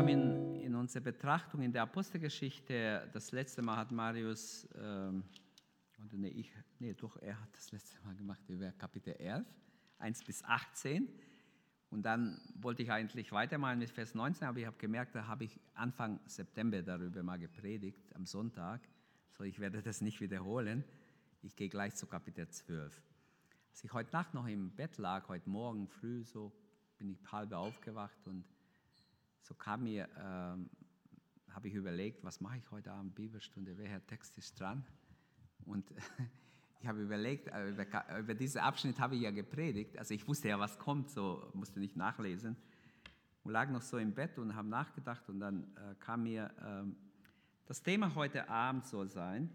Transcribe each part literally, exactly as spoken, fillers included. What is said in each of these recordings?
haben in, in unserer Betrachtung in der Apostelgeschichte, das letzte Mal hat Marius, ähm, oder nee, ich, nee, doch, er hat das letzte Mal gemacht über Kapitel elf, eins bis achtzehn. Und dann wollte ich eigentlich weitermachen mit Vers neunzehn, aber ich habe gemerkt, da habe ich Anfang September darüber mal gepredigt, am Sonntag. So, ich werde das nicht wiederholen. Ich gehe gleich zu Kapitel zwölf. Als ich heute Nacht noch im Bett lag, heute Morgen früh, so bin ich halb aufgewacht und so kam mir, ähm, habe ich überlegt, was mache ich heute Abend, Bibelstunde, welcher Text ist dran? Und ich habe überlegt, über, über diesen Abschnitt habe ich ja gepredigt, also ich wusste ja, was kommt, so musste nicht nachlesen. Und lag noch so im Bett und habe nachgedacht und dann äh, kam mir, äh, das Thema heute Abend soll sein,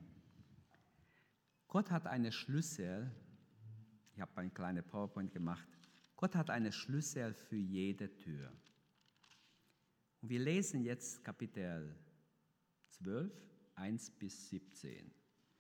Gott hat eine Schlüssel, ich habe eine kleine PowerPoint gemacht, Gott hat eine Schlüssel für jede Tür. Und wir lesen jetzt Kapitel zwölf, eins bis siebzehn.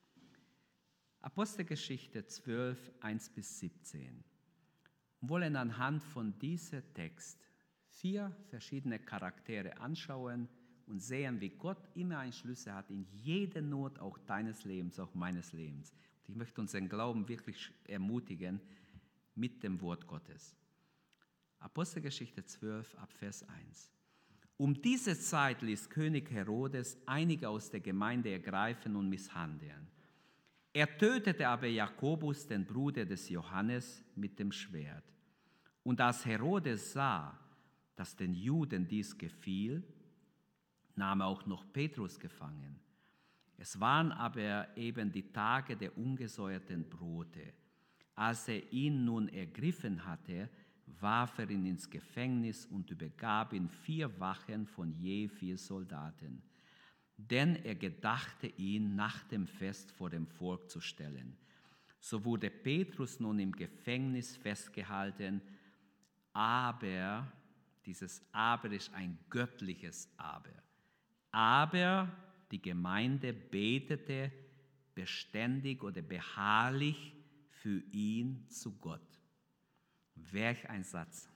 Apostelgeschichte zwölf, eins bis siebzehn. Wir wollen anhand von diesem Text vier verschiedene Charaktere anschauen und sehen, wie Gott immer einen Schlüssel hat in jede Not, auch deines Lebens, auch meines Lebens. Und ich möchte unseren Glauben wirklich ermutigen mit dem Wort Gottes. Apostelgeschichte zwölf, ab Vers eins. Um diese Zeit ließ König Herodes einige aus der Gemeinde ergreifen und misshandeln. Er tötete aber Jakobus, den Bruder des Johannes, mit dem Schwert. Und als Herodes sah, dass den Juden dies gefiel, nahm er auch noch Petrus gefangen. Es waren aber eben die Tage der ungesäuerten Brote. Als er ihn nun ergriffen hatte, warf er ihn ins Gefängnis und übergab ihn vier Wachen von je vier Soldaten. Denn er gedachte, ihn nach dem Fest vor dem Volk zu stellen. So wurde Petrus nun im Gefängnis festgehalten, aber, dieses Aber ist ein göttliches Aber. Aber die Gemeinde betete beständig oder beharrlich für ihn zu Gott. Welch ein Satz.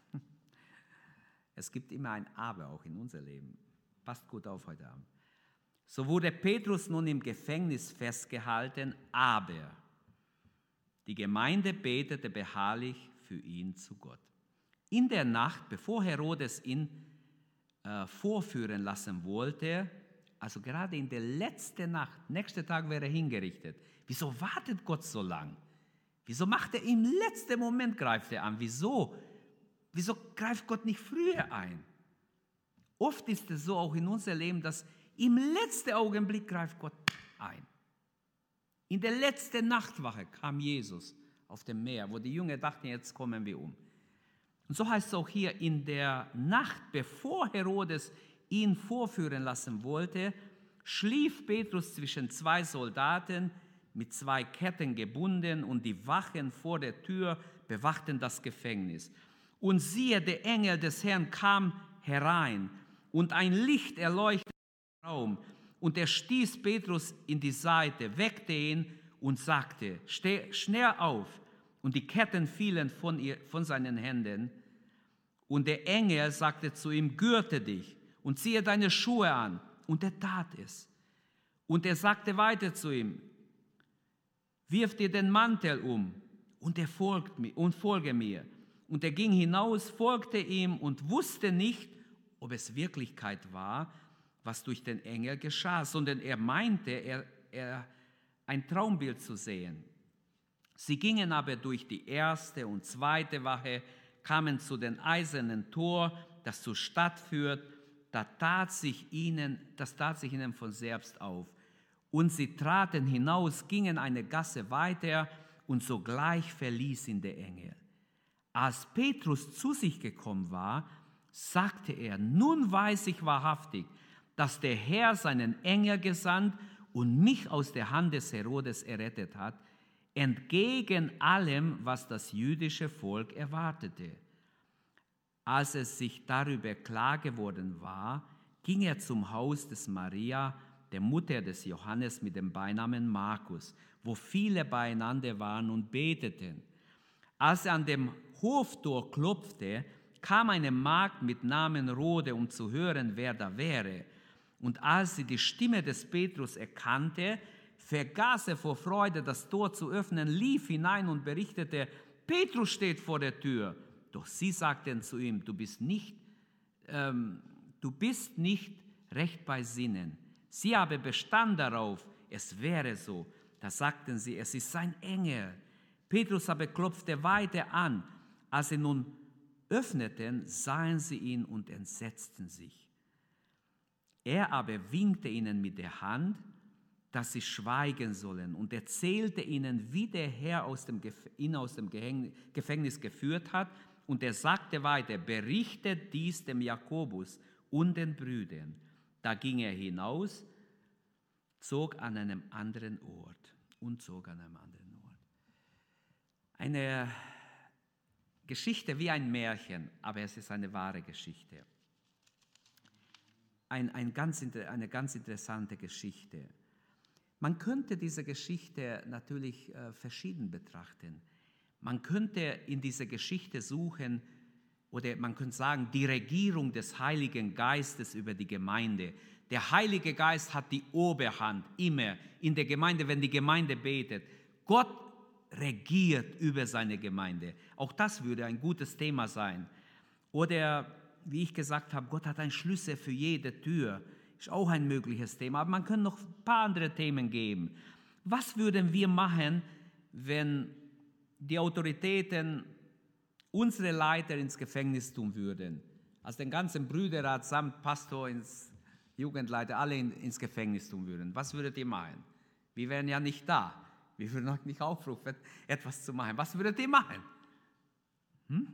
Es gibt immer ein Aber auch in unser Leben. Passt gut auf heute Abend. So wurde Petrus nun im Gefängnis festgehalten, aber die Gemeinde betete beharrlich für ihn zu Gott. In der Nacht, bevor Herodes ihn äh, vorführen lassen wollte, also gerade in der letzten Nacht, nächsten Tag wäre er hingerichtet. Wieso wartet Gott so lang? Wieso macht er im letzten Moment, greift er an? Wieso? Wieso greift Gott nicht früher ein? Oft ist es so auch in unserem Leben, dass im letzten Augenblick greift Gott ein. In der letzten Nachtwache kam Jesus auf dem Meer, wo die Jünger dachten, jetzt kommen wir um. Und so heißt es auch hier, in der Nacht, bevor Herodes ihn vorführen lassen wollte, schlief Petrus zwischen zwei Soldaten, mit zwei Ketten gebunden, und die Wachen vor der Tür bewachten das Gefängnis. Und siehe, der Engel des Herrn kam herein, und ein Licht erleuchtete den Raum. Und er stieß Petrus in die Seite, weckte ihn und sagte, steh schnell auf. Und die Ketten fielen von, ihr, von seinen Händen. Und der Engel sagte zu ihm, gürte dich und ziehe deine Schuhe an. Und er tat es. Und er sagte weiter zu ihm, wirf dir den Mantel um und er folgt mir und folge mir. Und er ging hinaus, folgte ihm und wusste nicht, ob es Wirklichkeit war, was durch den Engel geschah, sondern er meinte, er, er ein Traumbild zu sehen. Sie gingen aber durch die erste und zweite Wache, kamen zu den eisernen Tor, das zur Stadt führt. Da tat sich ihnen, das tat sich ihnen von selbst auf. Und sie traten hinaus, gingen eine Gasse weiter, und sogleich verließ ihn der Engel. Als Petrus zu sich gekommen war, sagte er, nun weiß ich wahrhaftig, dass der Herr seinen Engel gesandt und mich aus der Hand des Herodes errettet hat, entgegen allem, was das jüdische Volk erwartete. Als es sich darüber klar geworden war, ging er zum Haus des Maria, der Mutter des Johannes mit dem Beinamen Markus, wo viele beieinander waren und beteten. Als er an dem Hoftor klopfte, kam eine Magd mit Namen Rode, um zu hören, wer da wäre. Und als sie die Stimme des Petrus erkannte, vergaß er vor Freude, das Tor zu öffnen, lief hinein und berichtete, Petrus steht vor der Tür. Doch sie sagten zu ihm, du bist nicht, ähm, du bist nicht recht bei Sinnen. Sie aber bestand darauf, es wäre so. Da sagten sie, es ist ein Engel. Petrus aber klopfte weiter an. Als sie nun öffneten, sahen sie ihn und entsetzten sich. Er aber winkte ihnen mit der Hand, dass sie schweigen sollen, und erzählte ihnen, wie der Herr aus dem, ihn aus dem Gefängnis geführt hat. Und er sagte weiter, berichtet dies dem Jakobus und den Brüdern. Da ging er hinaus, zog an einem anderen Ort und zog an einem anderen Ort. Eine Geschichte wie ein Märchen, aber es ist eine wahre Geschichte. Ein, ein ganz, eine ganz interessante Geschichte. Man könnte diese Geschichte natürlich äh, verschieden betrachten. Man könnte in dieser Geschichte suchen, oder man könnte sagen, die Regierung des Heiligen Geistes über die Gemeinde. Der Heilige Geist hat die Oberhand immer in der Gemeinde, wenn die Gemeinde betet. Gott regiert über seine Gemeinde. Auch das würde ein gutes Thema sein. Oder, wie ich gesagt habe, Gott hat einen Schlüssel für jede Tür. Ist auch ein mögliches Thema. Aber man könnte noch ein paar andere Themen geben. Was würden wir machen, wenn die Autoritäten unsere Leiter ins Gefängnis tun würden? Also den ganzen Brüderrat samt Pastor, ins Jugendleiter, alle in, ins Gefängnis tun würden. Was würdet ihr machen? Wir wären ja nicht da. Wir würden euch nicht aufrufen, etwas zu machen. Was würdet ihr machen? Hm?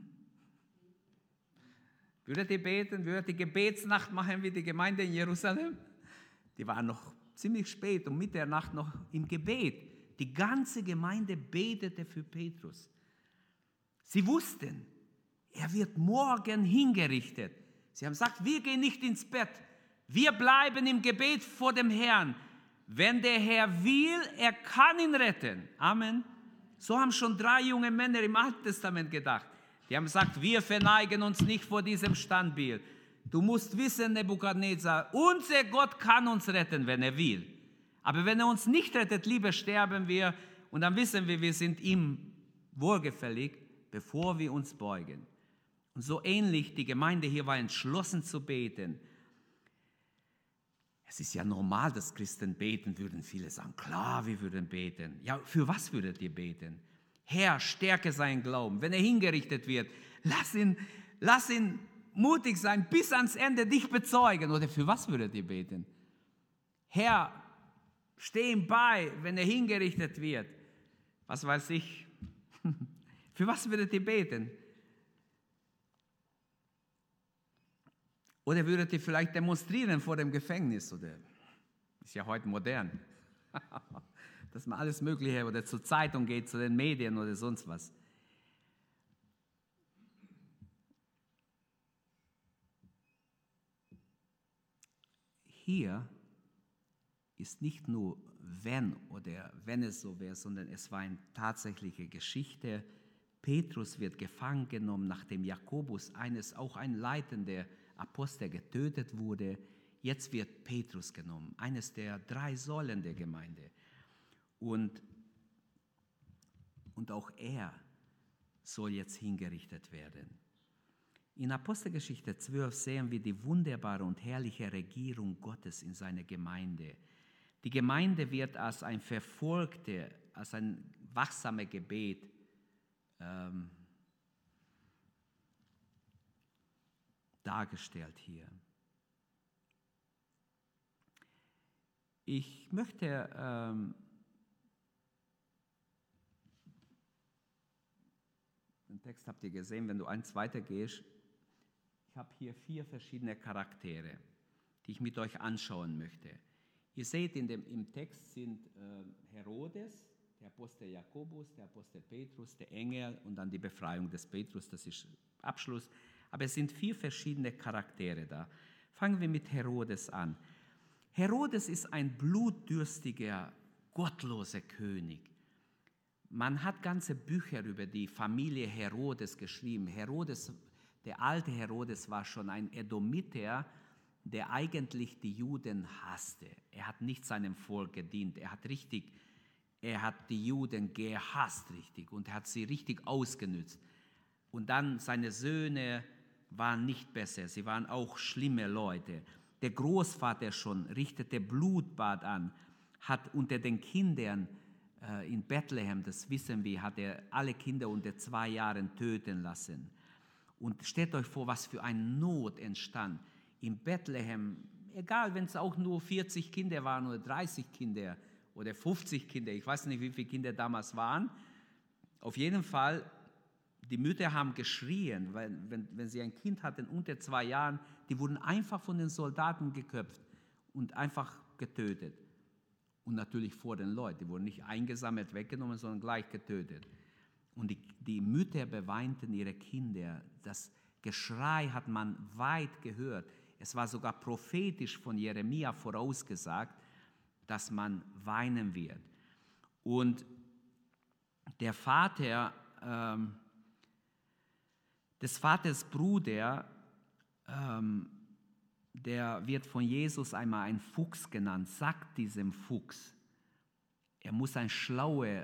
Würdet ihr beten? Würdet ihr Gebetsnacht machen wie die Gemeinde in Jerusalem? Die waren noch ziemlich spät, um Mitternacht noch im Gebet. Die ganze Gemeinde betete für Petrus. Sie wussten, er wird morgen hingerichtet. Sie haben gesagt, wir gehen nicht ins Bett. Wir bleiben im Gebet vor dem Herrn. Wenn der Herr will, er kann ihn retten. Amen. So haben schon drei junge Männer im Alten Testament gedacht. Die haben gesagt, wir verneigen uns nicht vor diesem Standbild. Du musst wissen, Nebukadnezar, unser Gott kann uns retten, wenn er will. Aber wenn er uns nicht rettet, lieber sterben wir. Und dann wissen wir, wir sind ihm wohlgefällig, bevor wir uns beugen. Und so ähnlich, die Gemeinde hier war entschlossen zu beten. Es ist ja normal, dass Christen beten würden. Viele sagen, klar, wir würden beten. Ja, für was würdet ihr beten? Herr, stärke seinen Glauben. Wenn er hingerichtet wird, lass ihn, lass ihn mutig sein, bis ans Ende dich bezeugen. Oder für was würdet ihr beten? Herr, steh ihm bei, wenn er hingerichtet wird. Was weiß ich. Für was würdet ihr beten? Oder würdet ihr vielleicht demonstrieren vor dem Gefängnis? Oder ist ja heute modern, dass man alles Mögliche oder zur Zeitung geht, zu den Medien oder sonst was. Hier ist nicht nur wenn oder wenn es so wäre, sondern es war eine tatsächliche Geschichte. Petrus wird gefangen genommen, nachdem Jakobus, eines auch ein leitender Apostel, getötet wurde. Jetzt wird Petrus genommen, eines der drei Säulen der Gemeinde. Und, und auch er soll jetzt hingerichtet werden. In Apostelgeschichte zwölf sehen wir die wunderbare und herrliche Regierung Gottes in seiner Gemeinde. Die Gemeinde wird als ein verfolgte, als ein wachsames Gebet ähm, dargestellt hier. Ich möchte ähm, den Text habt ihr gesehen, wenn du eins weiter gehst. Ich habe hier vier verschiedene Charaktere, die ich mit euch anschauen möchte. Ihr seht, in dem, im Text sind äh, Herodes, der Apostel Jakobus, der Apostel Petrus, der Engel und dann die Befreiung des Petrus, das ist Abschluss. Aber es sind vier verschiedene Charaktere da. Fangen wir mit Herodes an. Herodes ist ein blutdürstiger, gottloser König. Man hat ganze Bücher über die Familie Herodes geschrieben. Herodes, Der alte Herodes war schon ein Edomiter, der eigentlich die Juden hasste. Er hat nicht seinem Volk gedient. Er hat richtig, er hat die Juden gehasst richtig und er hat sie richtig ausgenützt. Und dann seine Söhne waren nicht besser. Sie waren auch schlimme Leute. Der Großvater schon richtete Blutbad an, hat unter den Kindern äh, in Bethlehem, das wissen wir, hat er alle Kinder unter zwei Jahren töten lassen. Und stellt euch vor, was für eine Not entstand. In Bethlehem, egal, wenn es auch nur vierzig Kinder waren oder dreißig Kinder oder fünfzig Kinder, ich weiß nicht, wie viele Kinder damals waren. Auf jeden Fall, die Mütter haben geschrien, weil wenn, wenn sie ein Kind hatten unter zwei Jahren, die wurden einfach von den Soldaten geköpft und einfach getötet. Und natürlich vor den Leuten, die wurden nicht eingesammelt, weggenommen, sondern gleich getötet. Und die, die Mütter beweinten ihre Kinder. Das Geschrei hat man weit gehört. Es war sogar prophetisch von Jeremia vorausgesagt, dass man weinen wird. Und der Vater, ähm, des Vaters Bruder, ähm, der wird von Jesus einmal ein Fuchs genannt, sagt diesem Fuchs, er muss ein schlauer,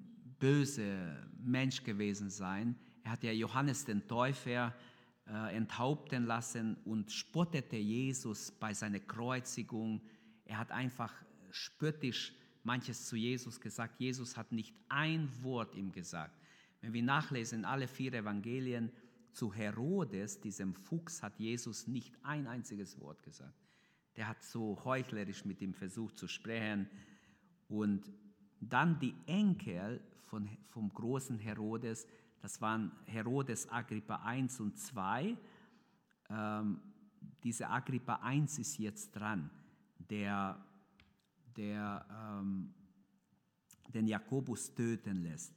böser Mensch gewesen sein. Er hat ja Johannes den Täufer äh, enthaupten lassen und spottete Jesus bei seiner Kreuzigung. Er hat einfach spöttisch manches zu Jesus gesagt. Jesus hat nicht ein Wort ihm gesagt. Wenn wir nachlesen, alle vier Evangelien, zu Herodes, diesem Fuchs, hat Jesus nicht ein einziges Wort gesagt. Der hat so heuchlerisch mit ihm versucht zu sprechen. Und dann die Enkel von, vom großen Herodes, das waren Herodes Agrippa eins und zwei. Ähm, diese Agrippa eins ist jetzt dran, der, der ähm, den Jakobus töten lässt.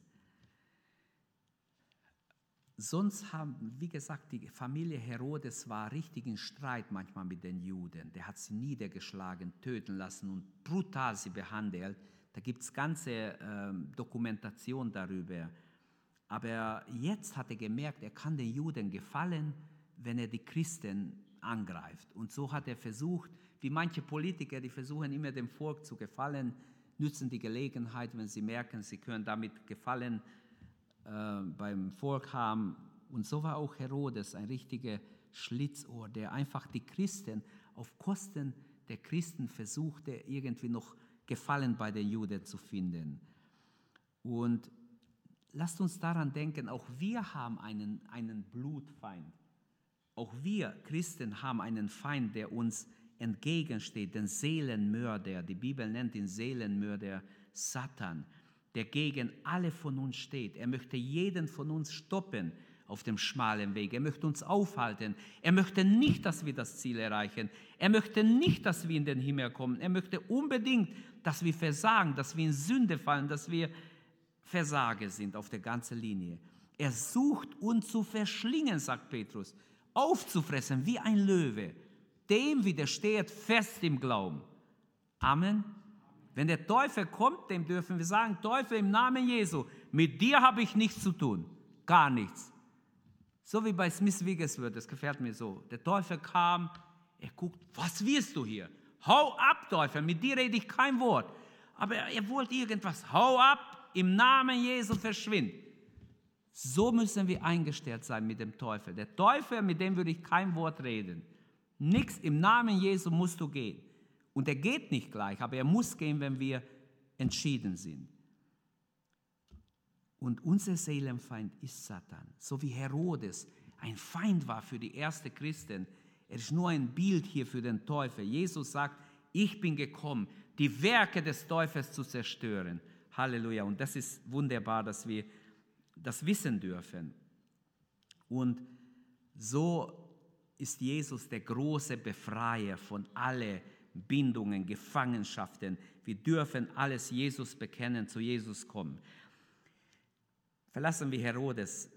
Sonst haben, wie gesagt, die Familie Herodes war richtig in Streit manchmal mit den Juden. Der hat sie niedergeschlagen, töten lassen und brutal sie behandelt. Da gibt es ganze äh, Dokumentation darüber. Aber jetzt hat er gemerkt, er kann den Juden gefallen, wenn er die Christen angreift. Und so hat er versucht, wie manche Politiker, die versuchen immer dem Volk zu gefallen, nützen die Gelegenheit, wenn sie merken, sie können damit gefallen, Äh, beim Volk haben. Und so war auch Herodes ein richtiger Schlitzohr, der einfach die Christen auf Kosten der Christen versuchte, irgendwie noch Gefallen bei den Juden zu finden. Und lasst uns daran denken, auch wir haben einen, einen Blutfeind. Auch wir Christen haben einen Feind, der uns entgegensteht, den Seelenmörder. Die Bibel nennt ihn Seelenmörder Satan, der gegen alle von uns steht. Er möchte jeden von uns stoppen auf dem schmalen Weg. Er möchte uns aufhalten. Er möchte nicht, dass wir das Ziel erreichen. Er möchte nicht, dass wir in den Himmel kommen. Er möchte unbedingt, dass wir versagen, dass wir in Sünde fallen, dass wir Versager sind auf der ganzen Linie. Er sucht uns zu verschlingen, sagt Petrus, aufzufressen wie ein Löwe. Dem widersteht fest im Glauben. Amen. Wenn der Teufel kommt, dem dürfen wir sagen, Teufel im Namen Jesu, mit dir habe ich nichts zu tun, gar nichts. So wie bei Smith Wigglesworth, das gefällt mir so. Der Teufel kam, er guckt, was willst du hier? Hau ab, Teufel, mit dir rede ich kein Wort. Aber er, er wollte irgendwas, hau ab, im Namen Jesu verschwind. So müssen wir eingestellt sein mit dem Teufel. Der Teufel, mit dem würde ich kein Wort reden. Nichts, im Namen Jesu musst du gehen. Und er geht nicht gleich, aber er muss gehen, wenn wir entschieden sind. Und unser Seelenfeind ist Satan. So wie Herodes ein Feind war für die ersten Christen. Er ist nur ein Bild hier für den Teufel. Jesus sagt, ich bin gekommen, die Werke des Teufels zu zerstören. Halleluja. Und das ist wunderbar, dass wir das wissen dürfen. Und so ist Jesus der große Befreier von allen Bindungen, Gefangenschaften. Wir dürfen alles Jesus bekennen, zu Jesus kommen. Verlassen wir Herodes.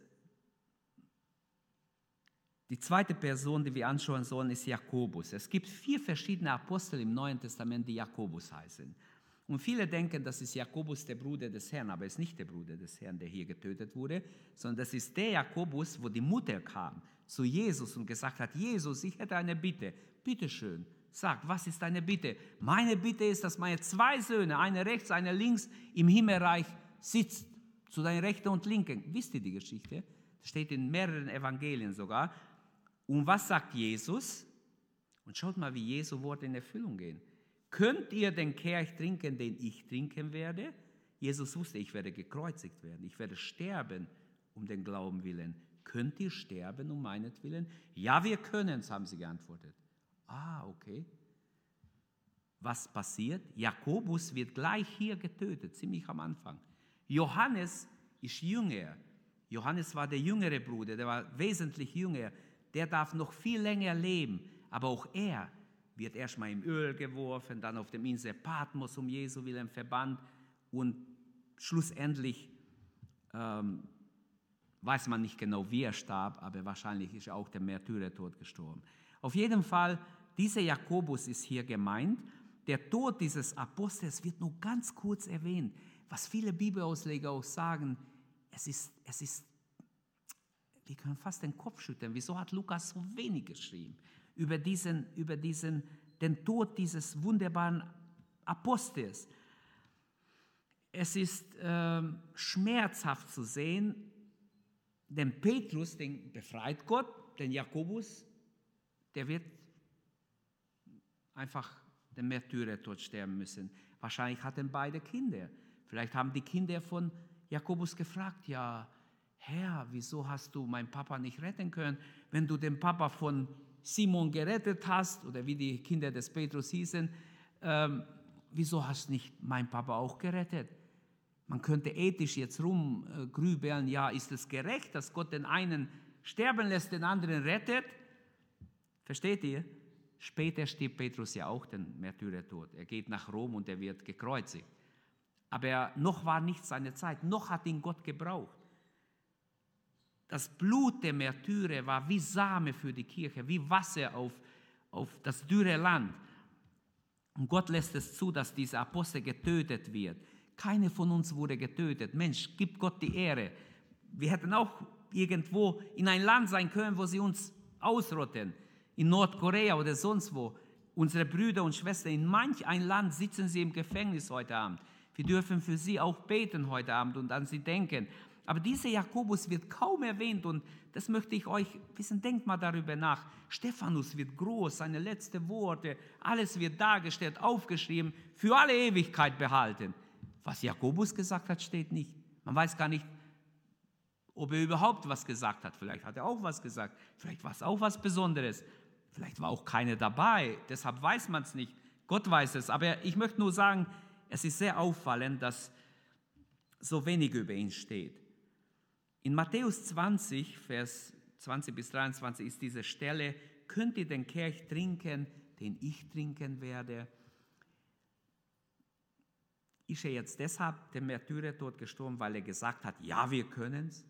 Die zweite Person, die wir anschauen sollen, ist Jakobus. Es gibt vier verschiedene Apostel im Neuen Testament, die Jakobus heißen. Und viele denken, das ist Jakobus, der Bruder des Herrn, aber es ist nicht der Bruder des Herrn, der hier getötet wurde, sondern das ist der Jakobus, wo die Mutter kam. zu Jesus und gesagt hat, Jesus, ich hätte eine Bitte. Bitteschön, sag, was ist deine Bitte? Meine Bitte ist, dass meine zwei Söhne, einer rechts, einer links, im Himmelreich sitzt, zu deiner Rechten und Linken. Wisst ihr die Geschichte? Das steht in mehreren Evangelien sogar. Und was sagt Jesus? Und schaut mal, wie Jesu Worte in Erfüllung gehen. Könnt ihr den Kelch trinken, den ich trinken werde? Jesus wusste, ich werde gekreuzigt werden. Ich werde sterben um den Glauben willen. Könnt ihr sterben um meinetwillen? Ja, wir können es, haben sie geantwortet. Ah, okay. Was passiert? Jakobus wird gleich hier getötet, ziemlich am Anfang. Johannes ist jünger. Johannes war der jüngere Bruder, der war wesentlich jünger. Der darf noch viel länger leben. Aber auch er wird erstmal im Öl geworfen, dann auf dem Insel Patmos um Jesu willen verbannt und schlussendlich ähm, weiß man nicht genau, wie er starb, aber wahrscheinlich ist er auch der Märtyrertod gestorben. Auf jeden Fall, dieser Jakobus ist hier gemeint. Der Tod dieses Apostels wird nur ganz kurz erwähnt. Was viele Bibelausleger auch sagen, es ist, es ist, wir können fast den Kopf schütteln. Wieso hat Lukas so wenig geschrieben über diesen, über diesen, den Tod dieses wunderbaren Apostels? Es ist äh, schmerzhaft zu sehen, den Petrus, den befreit Gott, den Jakobus, der wird einfach den Märtyrertod sterben müssen. Wahrscheinlich hatten beide Kinder. Vielleicht haben die Kinder von Jakobus gefragt, ja, Herr, wieso hast du meinen Papa nicht retten können, wenn du den Papa von Simon gerettet hast, oder wie die Kinder des Petrus hießen, ähm, wieso hast du nicht meinen Papa auch gerettet? Man könnte ethisch jetzt rumgrübeln, ja, ist es gerecht, dass Gott den einen sterben lässt, den anderen rettet? Versteht ihr? Später stirbt Petrus ja auch den Märtyrertod. Er geht nach Rom und er wird gekreuzigt. Aber noch war nicht seine Zeit, noch hat ihn Gott gebraucht. Das Blut der Märtyrer war wie Same für die Kirche, wie Wasser auf, auf das dürre Land. Und Gott lässt es zu, dass dieser Apostel getötet wird. Keiner von uns wurde getötet. Mensch, gib Gott die Ehre. Wir hätten auch irgendwo in ein Land sein können, wo sie uns ausrotten. In Nordkorea oder sonst wo. Unsere Brüder und Schwestern, in manch ein Land sitzen sie im Gefängnis heute Abend. Wir dürfen für sie auch beten heute Abend und an sie denken. Aber dieser Jakobus wird kaum erwähnt und das möchte ich euch wissen, denkt mal darüber nach. Stephanus wird groß, seine letzten Worte, alles wird dargestellt, aufgeschrieben, für alle Ewigkeit behalten. Was Jakobus gesagt hat, steht nicht. Man weiß gar nicht, ob er überhaupt was gesagt hat. Vielleicht hat er auch was gesagt, vielleicht war es auch was Besonderes. Vielleicht war auch keiner dabei, deshalb weiß man es nicht. Gott weiß es, aber ich möchte nur sagen, es ist sehr auffallend, dass so wenig über ihn steht. In Matthäus zwanzig, Vers zwanzig bis dreiundzwanzig ist diese Stelle, könnt ihr den Kelch trinken, den ich trinken werde? Ist er jetzt deshalb dem Märtyrertod gestorben, weil er gesagt hat, ja, wir können es?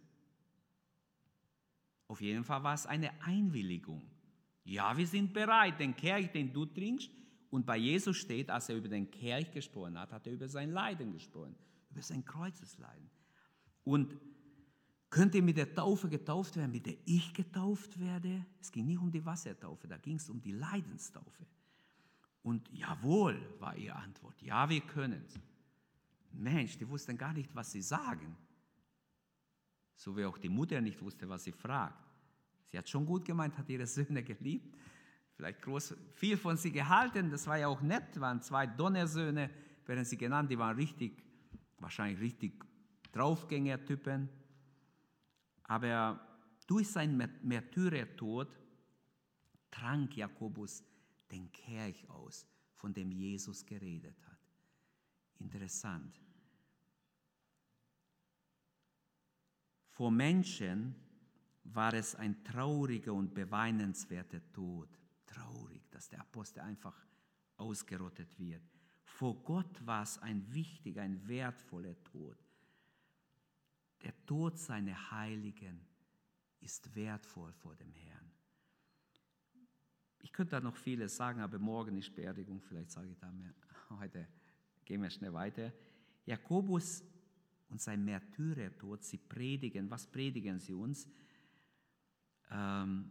Auf jeden Fall war es eine Einwilligung. Ja, wir sind bereit, den Kelch, den du trinkst. Und bei Jesus steht, als er über den Kelch gesprochen hat, hat er über sein Leiden gesprochen, über sein Kreuzesleiden. Und könnt ihr mit der Taufe getauft werden, mit der ich getauft werde? Es ging nicht um die Wassertaufe, da ging es um die Leidenstaufe. Und jawohl, war ihre Antwort, ja, wir können es. Mensch, die wussten gar nicht, was sie sagen. So wie auch die Mutter nicht wusste, was sie fragt. Sie hat schon gut gemeint, hat ihre Söhne geliebt, vielleicht groß, viel von sie gehalten, das war ja auch nett, waren zwei Donnersöhne, werden sie genannt, die waren richtig, wahrscheinlich richtig Draufgänger-Typen. Aber durch seinen Märtyrertod trank Jakobus den Kelch aus, von dem Jesus geredet hat. Interessant. Vor Menschen war es ein trauriger und beweinenswerter Tod. Traurig, dass der Apostel einfach ausgerottet wird. Vor Gott war es ein wichtiger, ein wertvoller Tod. Der Tod seiner Heiligen ist wertvoll vor dem Herrn. Ich könnte da noch vieles sagen, aber morgen ist Beerdigung, vielleicht sage ich da mehr. Heute gehen wir schnell weiter. Jakobus und sein Märtyrertod, sie predigen, was predigen sie uns? ähm,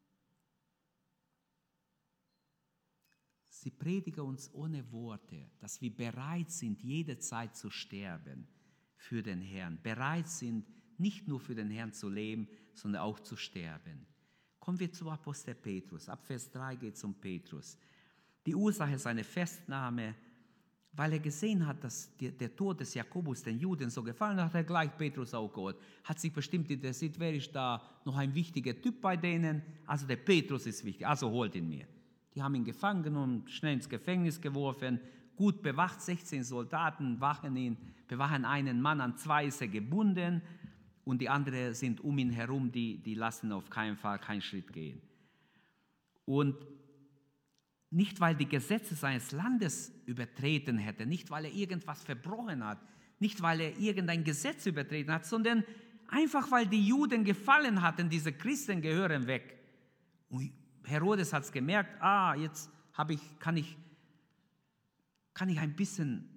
sie predigen uns ohne Worte, dass wir bereit sind, jede Zeit zu sterben für den Herrn. Bereit sind, nicht nur für den Herrn zu leben, sondern auch zu sterben. Kommen wir zu Apostel Petrus. Ab Vers drei geht es um Petrus. Die Ursache seiner Festnahme, weil er gesehen hat, dass der, der Tod des Jakobus den Juden so gefallen hat, hat er gleich Petrus auch geholt. Hat sich bestimmt interessiert, wer ist da noch ein wichtiger Typ bei denen? Also der Petrus ist wichtig, also holt ihn mir. Die haben ihn gefangen genommen, schnell ins Gefängnis geworfen, gut bewacht, sechzehn Soldaten wachen ihn, bewachen einen Mann, an zwei ist er gebunden und die anderen sind um ihn herum, die, die lassen auf keinen Fall keinen Schritt gehen. Und nicht, weil die Gesetze seines Landes übertreten hätte, nicht, weil er irgendwas verbrochen hat, nicht, weil er irgendein Gesetz übertreten hat, sondern einfach, weil die Juden gefallen hatten, diese Christen gehören weg. Und Herodes hat es gemerkt, ah, jetzt habe ich, kann ich, kann ich ein bisschen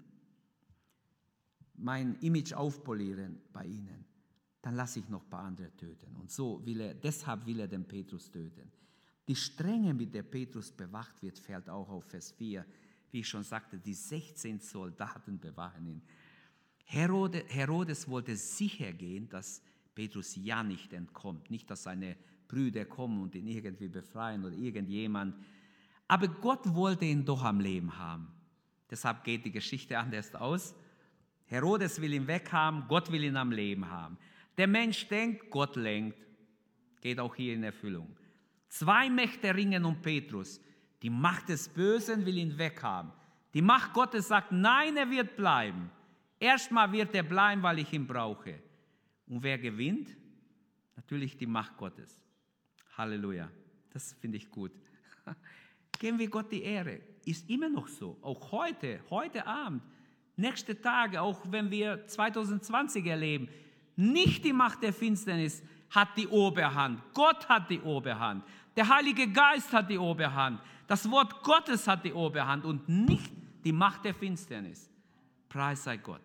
mein Image aufpolieren bei ihnen. Dann lasse ich noch ein paar andere töten. Und so will er, deshalb will er den Petrus töten. Die Strenge, mit der Petrus bewacht wird, fällt auch auf Vers vier. Wie ich schon sagte, die sechzehn Soldaten bewachen ihn. Herode, Herodes wollte sicher gehen, dass Petrus ja nicht entkommt. Nicht, dass seine Brüder kommen und ihn irgendwie befreien oder irgendjemand. Aber Gott wollte ihn doch am Leben haben. Deshalb geht die Geschichte anders aus. Herodes will ihn weghaben, Gott will ihn am Leben haben. Der Mensch denkt, Gott lenkt. Geht auch hier in Erfüllung. Zwei Mächte ringen um Petrus. Die Macht des Bösen will ihn weghaben. Die Macht Gottes sagt, nein, er wird bleiben. Erstmal wird er bleiben, weil ich ihn brauche. Und wer gewinnt? Natürlich die Macht Gottes. Halleluja. Das finde ich gut. Geben wir Gott die Ehre. Ist immer noch so. Auch heute, heute Abend, nächste Tage, auch wenn wir zwanzig zwanzig erleben, nicht die Macht der Finsternis hat die Oberhand. Gott hat die Oberhand. Der Heilige Geist hat die Oberhand. Das Wort Gottes hat die Oberhand und nicht die Macht der Finsternis. Preis sei Gott.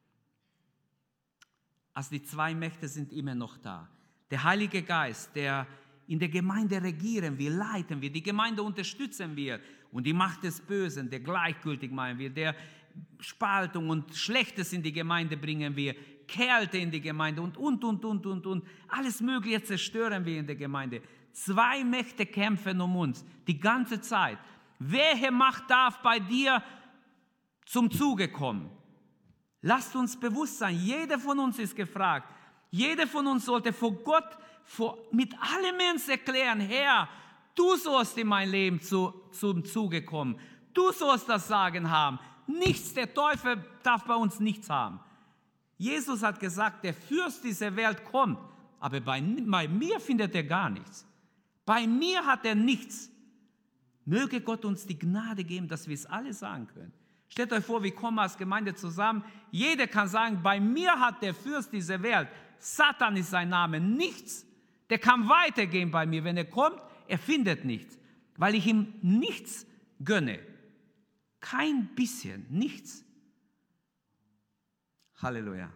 Also die zwei Mächte sind immer noch da. Der Heilige Geist, der in der Gemeinde regieren will, leiten will, die Gemeinde unterstützen will. Und die Macht des Bösen, der gleichgültig meinen will, der Spaltung und Schlechtes in die Gemeinde bringen will, Kälte in die Gemeinde und, und, und, und, und, und. Alles Mögliche zerstören wir in der Gemeinde. Zwei Mächte kämpfen um uns, die ganze Zeit. Welche Macht darf bei dir zum Zuge kommen? Lasst uns bewusst sein, jeder von uns ist gefragt. Jeder von uns sollte vor Gott vor, mit allem Ernst erklären, Herr, du sollst in mein Leben zu, zum Zuge kommen. Du sollst das Sagen haben. Nichts, der Teufel darf bei uns nichts haben. Jesus hat gesagt, der Fürst dieser Welt kommt, aber bei, bei mir findet er gar nichts. Bei mir hat er nichts. Möge Gott uns die Gnade geben, dass wir es alle sagen können. Stellt euch vor, wir kommen als Gemeinde zusammen. Jeder kann sagen, bei mir hat der Fürst dieser Welt, Satan ist sein Name, nichts. Der kann weitergehen bei mir. Wenn er kommt, er findet nichts, weil ich ihm nichts gönne. Kein bisschen, nichts. Halleluja.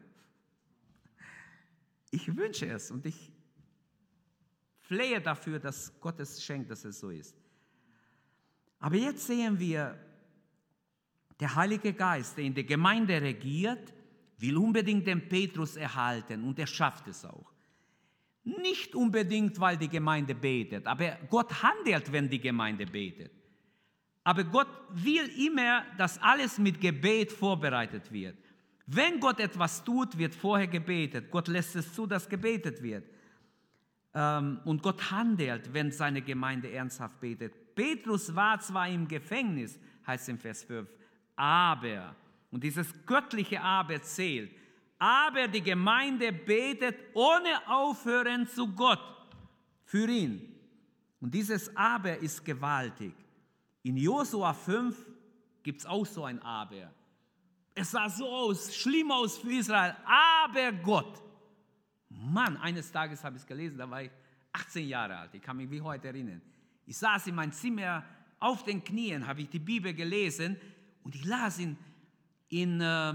Ich wünsche es und ich flehe dafür, dass Gott es schenkt, dass es so ist. Aber jetzt sehen wir, der Heilige Geist, der in der Gemeinde regiert, will unbedingt den Petrus erhalten und er schafft es auch. Nicht unbedingt, weil die Gemeinde betet, aber Gott handelt, wenn die Gemeinde betet. Aber Gott will immer, dass alles mit Gebet vorbereitet wird. Wenn Gott etwas tut, wird vorher gebetet. Gott lässt es zu, dass gebetet wird. Und Gott handelt, wenn seine Gemeinde ernsthaft betet. Petrus war zwar im Gefängnis, heißt es im Vers fünf, aber, und dieses göttliche Aber zählt, aber die Gemeinde betet ohne Aufhören zu Gott für ihn. Und dieses Aber ist gewaltig. In Josua fünf gibt es auch so ein Aber. Es sah so aus, schlimm aus für Israel, aber Gott. Mann, eines Tages habe ich es gelesen, da war ich achtzehn Jahre alt, ich kann mich wie heute erinnern. Ich saß in meinem Zimmer auf den Knien, habe ich die Bibel gelesen und ich las in, in äh,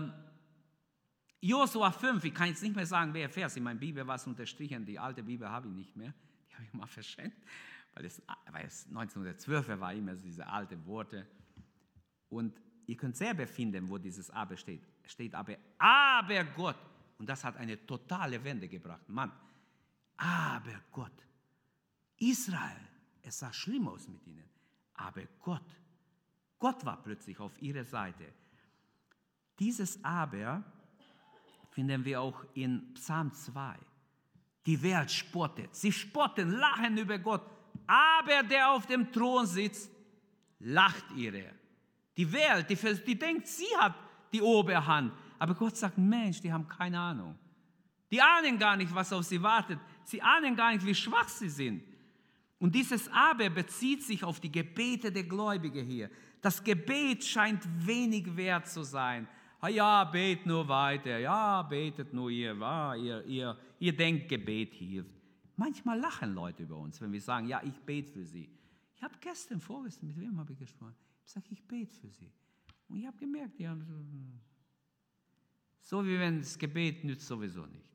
Josua fünf, ich kann jetzt nicht mehr sagen, wer Vers, in meiner Bibel war es unterstrichen, die alte Bibel habe ich nicht mehr, Ich habe mich mal verschämt, weil es, weil es neunzehnhundertzwölf war, immer so diese alten Worte. Und ihr könnt selber finden, wo dieses Aber steht. Es steht aber, aber Gott. Und das hat eine totale Wende gebracht. Mann, aber Gott. Israel, es sah schlimm aus mit ihnen. Aber Gott, Gott war plötzlich auf ihrer Seite. Dieses Aber finden wir auch in Psalm zwei. Die Welt spottet. Sie spotten, lachen über Gott. Aber der auf dem Thron sitzt, lacht ihre. Die Welt, die, die denkt, sie hat die Oberhand. Aber Gott sagt, Mensch, die haben keine Ahnung. Die ahnen gar nicht, was auf sie wartet. Sie ahnen gar nicht, wie schwach sie sind. Und dieses Aber bezieht sich auf die Gebete der Gläubigen hier. Das Gebet scheint wenig wert zu sein. Ah ja, bet nur weiter. Ja, betet nur ihr. Ah, ihr, ihr, ihr denkt, Gebet hilft. Manchmal lachen Leute über uns, wenn wir sagen, ja, ich bete für sie. Ich habe gestern, vorgestern, mit wem habe ich gesprochen? Ich sage, ich bete für sie. Und ich habe gemerkt, die haben so, so wie wenn das Gebet nützt sowieso nicht.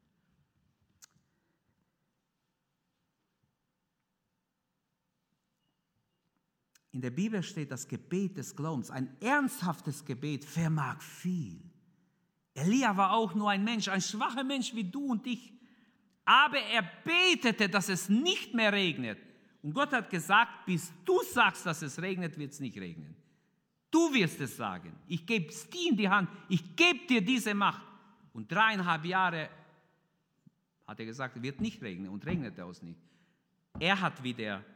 In der Bibel steht das Gebet des Glaubens. Ein ernsthaftes Gebet vermag viel. Elia war auch nur ein Mensch, ein schwacher Mensch wie du und ich. Aber er betete, dass es nicht mehr regnet. Und Gott hat gesagt, bis du sagst, dass es regnet, wird es nicht regnen. Du wirst es sagen. Ich gebe es dir in die Hand. Ich gebe dir diese Macht. Und dreieinhalb Jahre hat er gesagt, wird nicht regnen. Und regnete es nicht. Er hat wieder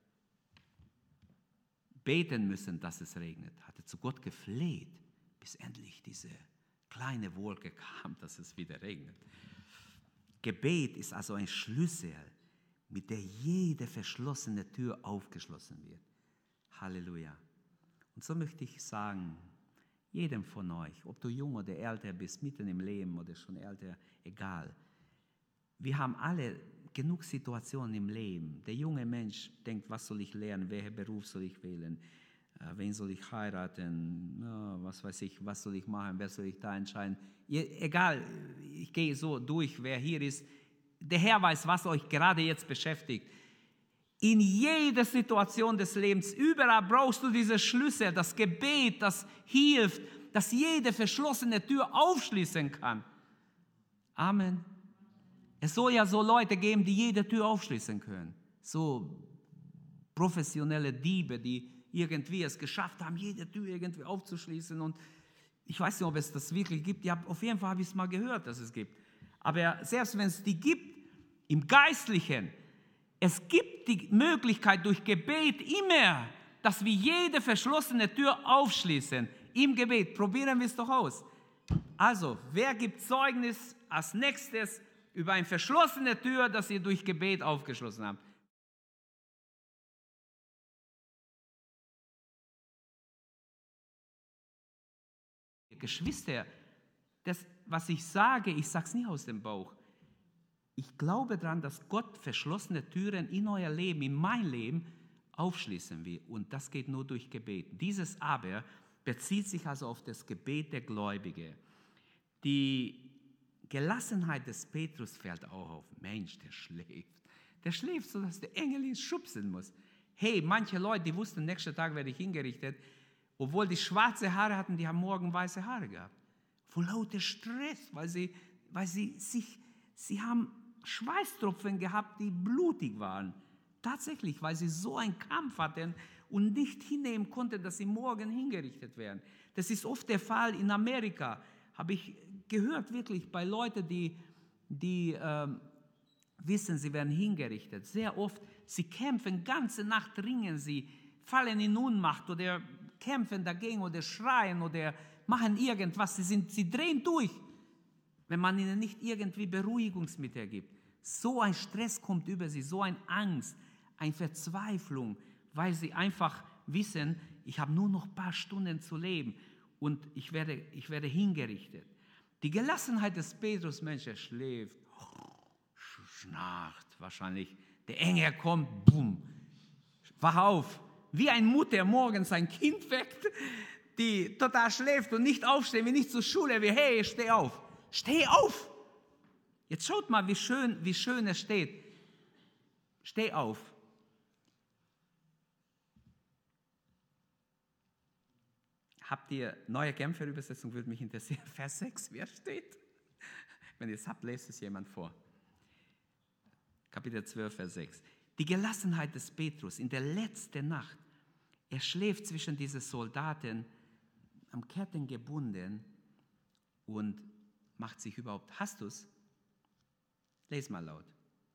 beten müssen, dass es regnet. Hatte zu Gott gefleht, bis endlich diese kleine Wolke kam, dass es wieder regnet. Gebet ist also ein Schlüssel, mit der jede verschlossene Tür aufgeschlossen wird. Halleluja. Und so möchte ich sagen, jedem von euch, ob du jung oder älter bist, mitten im Leben oder schon älter, egal. Wir haben alle genug Situationen im Leben. Der junge Mensch denkt, was soll ich lernen, welchen Beruf soll ich wählen, äh, wen soll ich heiraten, ja, was weiß ich, was soll ich machen, wer soll ich da entscheiden. Ihr, egal, ich gehe so durch, wer hier ist. Der Herr weiß, was euch gerade jetzt beschäftigt. In jeder Situation des Lebens, überall brauchst du diese Schlüssel, das Gebet, das hilft, das jede verschlossene Tür aufschließen kann. Amen. Es soll ja so Leute geben, die jede Tür aufschließen können. So professionelle Diebe, die irgendwie es geschafft haben, jede Tür irgendwie aufzuschließen. Und ich weiß nicht, ob es das wirklich gibt. Ja, auf jeden Fall habe ich es mal gehört, dass es gibt. Aber selbst wenn es die gibt, im Geistlichen, es gibt die Möglichkeit durch Gebet immer, dass wir jede verschlossene Tür aufschließen. Im Gebet. Probieren wir es doch aus. Also, wer gibt Zeugnis als nächstes über eine verschlossene Tür, das ihr durch Gebet aufgeschlossen habt? Geschwister, das, was ich sage, ich sage es nicht aus dem Bauch. Ich glaube daran, dass Gott verschlossene Türen in euer Leben, in mein Leben, aufschließen will. Und das geht nur durch Gebet. Dieses Aber bezieht sich also auf das Gebet der Gläubigen. Die Gelassenheit des Petrus fällt auch auf. Mensch, der schläft. Der schläft, sodass der Engel ihn schubsen muss. Hey, manche Leute, die wussten, nächsten Tag werde ich hingerichtet, obwohl die schwarze Haare hatten, die haben morgen weiße Haare gehabt. Vor lauter Stress, weil sie, weil sie sich, sie haben Schweißtropfen gehabt, die blutig waren. Tatsächlich, weil sie so einen Kampf hatten und nicht hinnehmen konnten, dass sie morgen hingerichtet werden. Das ist oft der Fall in Amerika. Habe ich gehört wirklich bei Leuten, die, die ähm, wissen, sie werden hingerichtet. Sehr oft, sie kämpfen, ganze Nacht ringen sie, fallen in Ohnmacht oder kämpfen dagegen oder schreien oder machen irgendwas. Sie, sind, sie drehen durch, wenn man ihnen nicht irgendwie Beruhigungsmittel gibt. So ein Stress kommt über sie, so eine Angst, eine Verzweiflung, weil sie einfach wissen, ich habe nur noch ein paar Stunden zu leben und ich werde, ich werde hingerichtet. Die Gelassenheit des Petrus, Mensch, er schläft, schnarcht wahrscheinlich. Der Engel kommt, bumm, wach auf. Wie eine Mutter morgens sein Kind weckt, die total schläft und nicht aufsteht, wie nicht zur Schule, wie, hey, steh auf, steh auf. Jetzt schaut mal, wie schön, wie schön es steht. Steh auf. Habt ihr neue Genfer Übersetzung, würde mich interessieren. Vers sechs, wer steht? Wenn ihr es habt, lest es jemand vor. Kapitel zwölf, Vers sechs. Die Gelassenheit des Petrus in der letzten Nacht. Er schläft zwischen diesen Soldaten, am Ketten gebunden und macht sich überhaupt. Hast du es? Lies mal laut.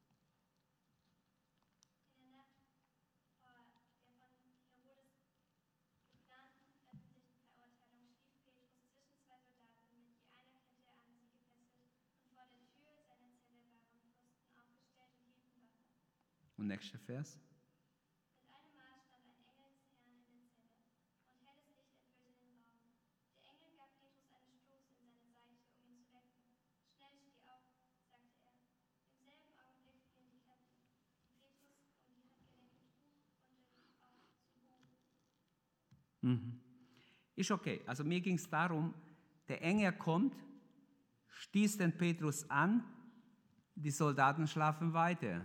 Und nächster Vers. Mit einem Mal stand ein Engel des Herrn in der Zelle, und helles Licht erfüllte den Raum. Der Engel gab Petrus einen Stoß in seine Seite, um ihn zu wecken. Schnell steh auf, sagte er. Im selben Augenblick fielen die Ketten, die Petrus um die Handgelenke trug, unter ihm auf zu Boden. Mhm. Ist okay. Also mir ging es darum, der Engel kommt, stieß den Petrus an, die Soldaten schlafen weiter.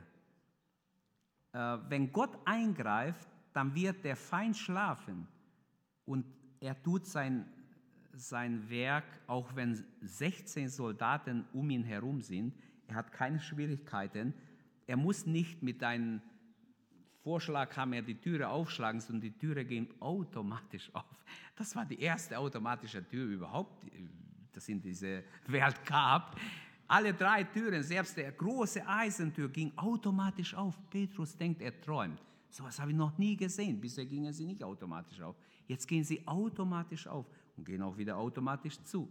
Wenn Gott eingreift, dann wird der Feind schlafen und er tut sein, sein Werk, auch wenn sechzehn Soldaten um ihn herum sind. Er hat keine Schwierigkeiten. Er muss nicht mit einem Vorschlaghammer die Türe aufschlagen, sondern die Türe geht automatisch auf. Das war die erste automatische Tür überhaupt, das in dieser Welt gab. Alle drei Türen, selbst der große Eisentür, ging automatisch auf. Petrus denkt, er träumt. So etwas habe ich noch nie gesehen. Bisher gingen sie nicht automatisch auf. Jetzt gehen sie automatisch auf und gehen auch wieder automatisch zu.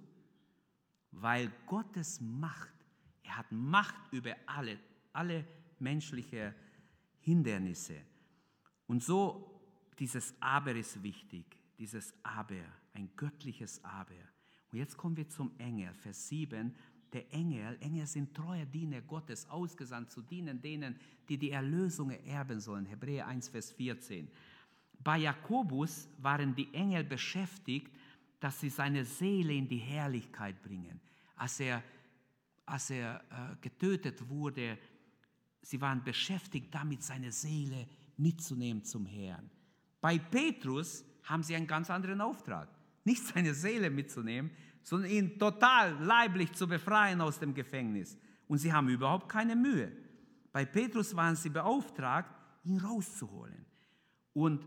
Weil Gottes Macht, er hat Macht über alle, alle menschliche Hindernisse. Und so, dieses Aber ist wichtig. Dieses Aber, ein göttliches Aber. Und jetzt kommen wir zum Engel, Vers sieben. Der Engel, Engel sind treue Diener Gottes, ausgesandt zu dienen denen, die die Erlösung erben sollen. Hebräer eins, Vers vierzehn. Bei Jakobus waren die Engel beschäftigt, dass sie seine Seele in die Herrlichkeit bringen. Als er, als er äh, getötet wurde, sie waren beschäftigt damit, seine Seele mitzunehmen zum Herrn. Bei Petrus haben sie einen ganz anderen Auftrag. Nicht seine Seele mitzunehmen, sondern ihn total leiblich zu befreien aus dem Gefängnis. Und sie haben überhaupt keine Mühe. Bei Petrus waren sie beauftragt, ihn rauszuholen. Und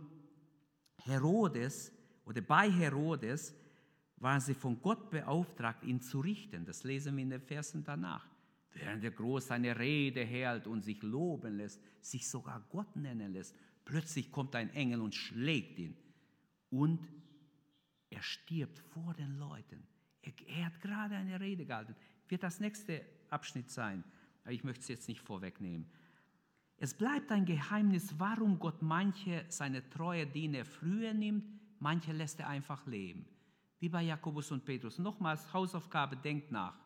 Herodes, oder bei Herodes, waren sie von Gott beauftragt, ihn zu richten. Das lesen wir in den Versen danach. Während er groß seine Rede hält und sich loben lässt, sich sogar Gott nennen lässt, plötzlich kommt ein Engel und schlägt ihn. Und er stirbt vor den Leuten. Er, er hat gerade eine Rede gehalten. Wird das nächste Abschnitt sein. Aber ich möchte es jetzt nicht vorwegnehmen. Es bleibt ein Geheimnis, warum Gott manche seine treue Diener früher nimmt, manche lässt er einfach leben. Wie bei Jakobus und Petrus. Nochmals Hausaufgabe, denkt nach.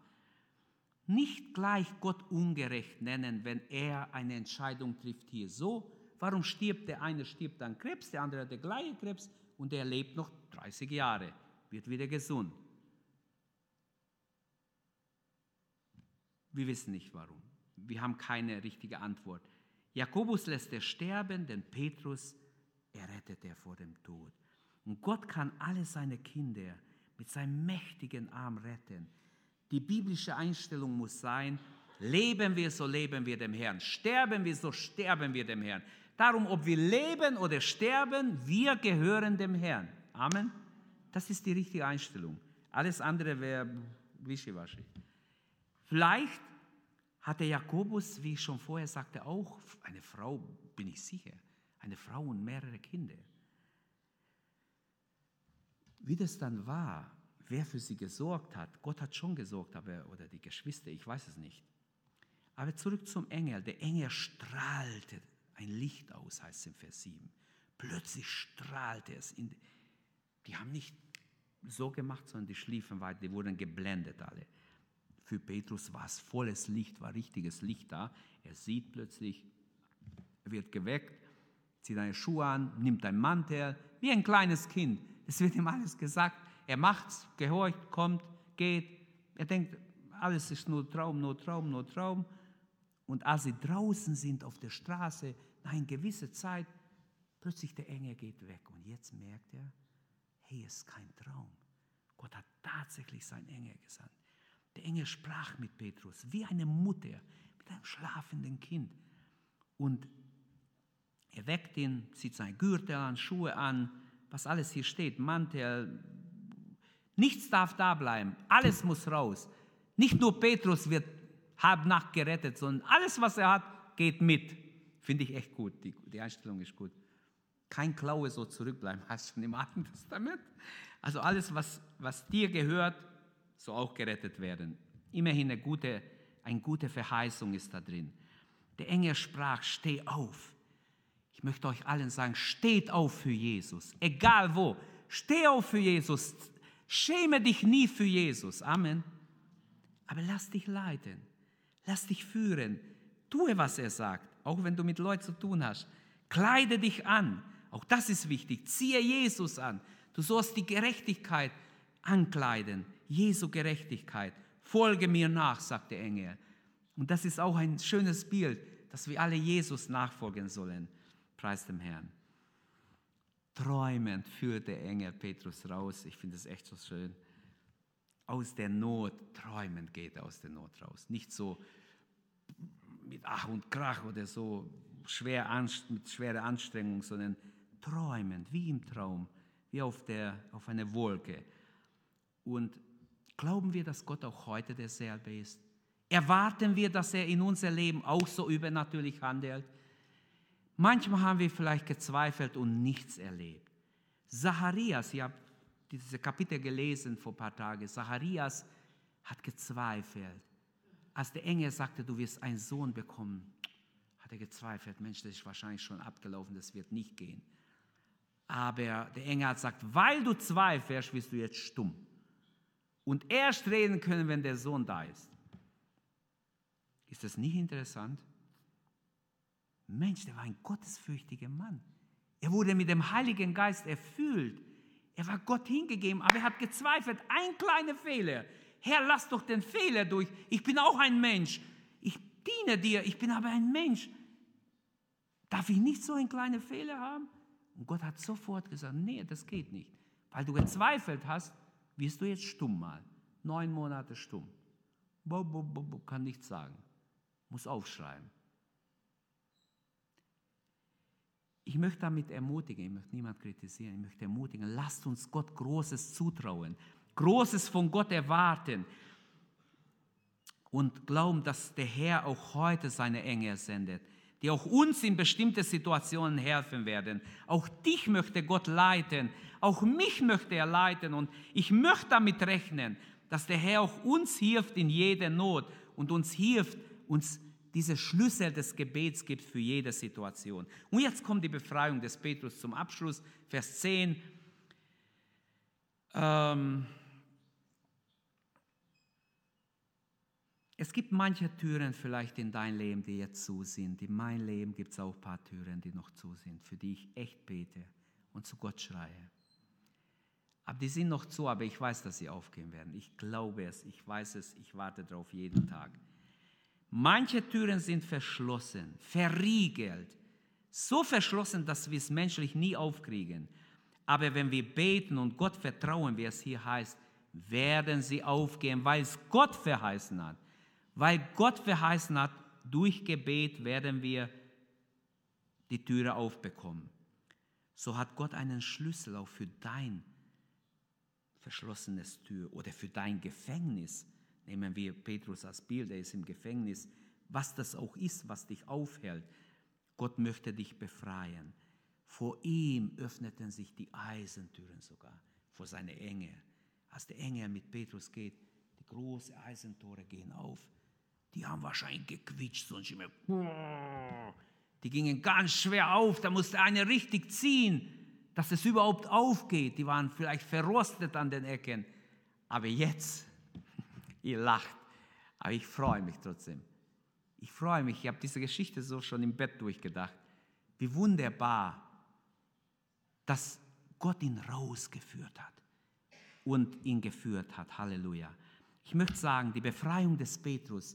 Nicht gleich Gott ungerecht nennen, wenn er eine Entscheidung trifft hier so. Warum stirbt der eine, stirbt an Krebs, der andere hat der gleiche Krebs und er lebt noch dreißig Jahre, wird wieder gesund. Wir wissen nicht warum. Wir haben keine richtige Antwort. Jakobus lässt er sterben, denn Petrus errettet er vor dem Tod. Und Gott kann alle seine Kinder mit seinem mächtigen Arm retten. Die biblische Einstellung muss sein, leben wir, so leben wir dem Herrn. Sterben wir, so sterben wir dem Herrn. Darum, ob wir leben oder sterben, wir gehören dem Herrn. Amen. Das ist die richtige Einstellung. Alles andere wäre wischiwaschi. Vielleicht hatte Jakobus, wie ich schon vorher sagte, auch eine Frau, bin ich sicher, eine Frau und mehrere Kinder. Wie das dann war, wer für sie gesorgt hat, Gott hat schon gesorgt, aber, oder die Geschwister, ich weiß es nicht. Aber zurück zum Engel. Der Engel strahlte ein Licht aus, heißt es im Vers sieben. Plötzlich strahlte es. In, die haben nicht so gemacht, sondern die schliefen weiter, die wurden geblendet alle. Für Petrus war es volles Licht, war richtiges Licht da. Er sieht plötzlich, er wird geweckt, zieht seine Schuhe an, nimmt einen Mantel, wie ein kleines Kind. Es wird ihm alles gesagt. Er macht's, gehorcht, kommt, geht. Er denkt, alles ist nur Traum, nur Traum, nur Traum. Und als sie draußen sind auf der Straße, nach einer gewissen Zeit, plötzlich der Engel geht weg. Und jetzt merkt er, hey, es ist kein Traum. Gott hat tatsächlich seinen Engel gesandt. Der Engel sprach mit Petrus, wie eine Mutter mit einem schlafenden Kind. Und er weckt ihn, zieht seinen Gürtel an, Schuhe an, was alles hier steht, Mantel. Nichts darf da bleiben, alles muss raus. Nicht nur Petrus wird halb Nacht gerettet, sondern alles, was er hat, geht mit. Finde ich echt gut, die, die Einstellung ist gut. Kein Klaue soll zurückbleiben, heißt schon im Alten Testament. Also alles, was, was dir gehört, soll auch gerettet werden. Immerhin eine gute, eine gute Verheißung ist da drin. Der Engel sprach, steh auf. Ich möchte euch allen sagen, steht auf für Jesus, egal wo. Steh auf für Jesus, schäme dich nie für Jesus. Amen. Aber lass dich leiten, lass dich führen. Tue, was er sagt, auch wenn du mit Leuten zu tun hast. Kleide dich an, auch das ist wichtig. Ziehe Jesus an. Du sollst die Gerechtigkeit ankleiden, Jesu Gerechtigkeit. Folge mir nach, sagt der Engel. Und das ist auch ein schönes Bild, dass wir alle Jesus nachfolgen sollen. Preis dem Herrn. Träumend führt der Engel Petrus raus. Ich finde es echt so schön. Aus der Not, träumend geht er aus der Not raus. Nicht so mit Ach und Krach oder so schwer mit schwerer Anstrengung, sondern träumend, wie im Traum, wie auf, der, auf einer Wolke. Und glauben wir, dass Gott auch heute derselbe ist? Erwarten wir, dass er in unser Leben auch so übernatürlich handelt? Manchmal haben wir vielleicht gezweifelt und nichts erlebt. Zacharias, ich habe diese Kapitel gelesen vor ein paar Tagen, Zacharias hat gezweifelt. Als der Engel sagte, du wirst einen Sohn bekommen, hat er gezweifelt, Mensch, das ist wahrscheinlich schon abgelaufen, das wird nicht gehen. Aber der Engel hat gesagt, weil du zweifelst, wirst du jetzt stumm. Und erst reden können, wenn der Sohn da ist. Ist das nicht interessant? Mensch, der war ein gottesfürchtiger Mann. Er wurde mit dem Heiligen Geist erfüllt. Er war Gott hingegeben, aber er hat gezweifelt. Ein kleiner Fehler. Herr, lass doch den Fehler durch. Ich bin auch ein Mensch. Ich diene dir, ich bin aber ein Mensch. Darf ich nicht so einen kleinen Fehler haben? Und Gott hat sofort gesagt, nee, das geht nicht. Weil du gezweifelt hast, wirst du jetzt stumm mal. Neun Monate stumm. Bo, bo, bo, bo, kann nichts sagen. Muss aufschreiben. Ich möchte damit ermutigen, ich möchte niemanden kritisieren, ich möchte ermutigen, lasst uns Gott Großes zutrauen, Großes von Gott erwarten und glauben, dass der Herr auch heute seine Engel sendet, die auch uns in bestimmte Situationen helfen werden. Auch dich möchte Gott leiten, auch mich möchte er leiten und ich möchte damit rechnen, dass der Herr auch uns hilft in jeder Not und uns hilft, uns diese Schlüssel des Gebets gibt für jede Situation. Und jetzt kommt die Befreiung des Petrus zum Abschluss, Vers zehn. Ähm, es gibt manche Türen vielleicht in dein Leben, die jetzt zu sind. In meinem Leben gibt es auch ein paar Türen, die noch zu sind, für die ich echt bete und zu Gott schreie. Aber die sind noch zu, aber ich weiß, dass sie aufgehen werden. Ich glaube es, ich weiß es, ich warte darauf jeden Tag. Manche Türen sind verschlossen, verriegelt, so verschlossen, dass wir es menschlich nie aufkriegen. Aber wenn wir beten und Gott vertrauen, wie es hier heißt, werden sie aufgehen, weil es Gott verheißen hat. Weil Gott verheißen hat, durch Gebet werden wir die Türe aufbekommen. So hat Gott einen Schlüssel auch für dein verschlossenes Tür oder für dein Gefängnis. Nehmen wir Petrus als Bild, er ist im Gefängnis. Was das auch ist, was dich aufhält, Gott möchte dich befreien. Vor ihm öffneten sich die Eisentüren sogar, vor seine Engel. Als der Engel mit Petrus geht, die großen Eisentore gehen auf. Die haben wahrscheinlich gequitscht, sonst immer. Die gingen ganz schwer auf, da musste einer richtig ziehen, dass es überhaupt aufgeht. Die waren vielleicht verrostet an den Ecken. Aber jetzt, ihr lacht, aber ich freue mich trotzdem. Ich freue mich, ich habe diese Geschichte so schon im Bett durchgedacht. Wie wunderbar, dass Gott ihn rausgeführt hat und ihn geführt hat. Halleluja. Ich möchte sagen, die Befreiung des Petrus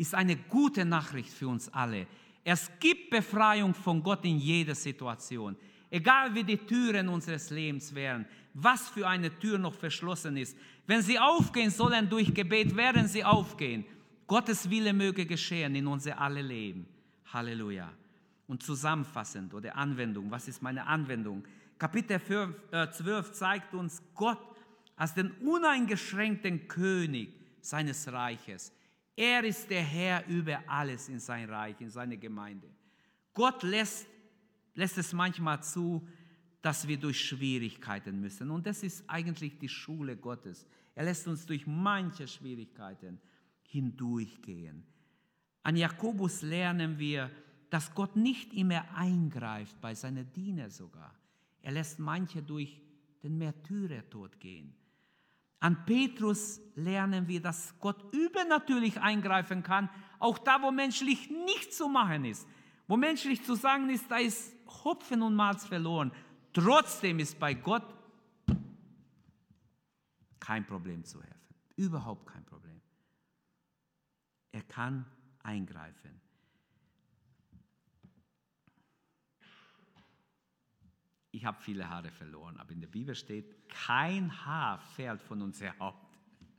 ist eine gute Nachricht für uns alle. Es gibt Befreiung von Gott in jeder Situation. Egal wie die Türen unseres Lebens wären, was für eine Tür noch verschlossen ist. Wenn sie aufgehen sollen durch Gebet, werden sie aufgehen. Gottes Wille möge geschehen in unser aller Leben. Halleluja. Und zusammenfassend oder Anwendung, was ist meine Anwendung? Kapitel zwölf zeigt uns Gott als den uneingeschränkten König seines Reiches. Er ist der Herr über alles in sein Reich, in seine Gemeinde. Gott lässt, lässt es manchmal zu, dass wir durch Schwierigkeiten müssen. Und das ist eigentlich die Schule Gottes. Er lässt uns durch manche Schwierigkeiten hindurchgehen. An Jakobus lernen wir, dass Gott nicht immer eingreift, bei seinen Dienern sogar. Er lässt manche durch den Märtyrertod gehen. An Petrus lernen wir, dass Gott übernatürlich eingreifen kann, auch da, wo menschlich nichts zu machen ist. Wo menschlich zu sagen ist, da ist Hopfen und Malz verloren. Trotzdem ist bei Gott kein Problem zu helfen. Überhaupt kein Problem. Er kann eingreifen. Ich habe viele Haare verloren, aber in der Bibel steht, kein Haar fällt von unser Haupt.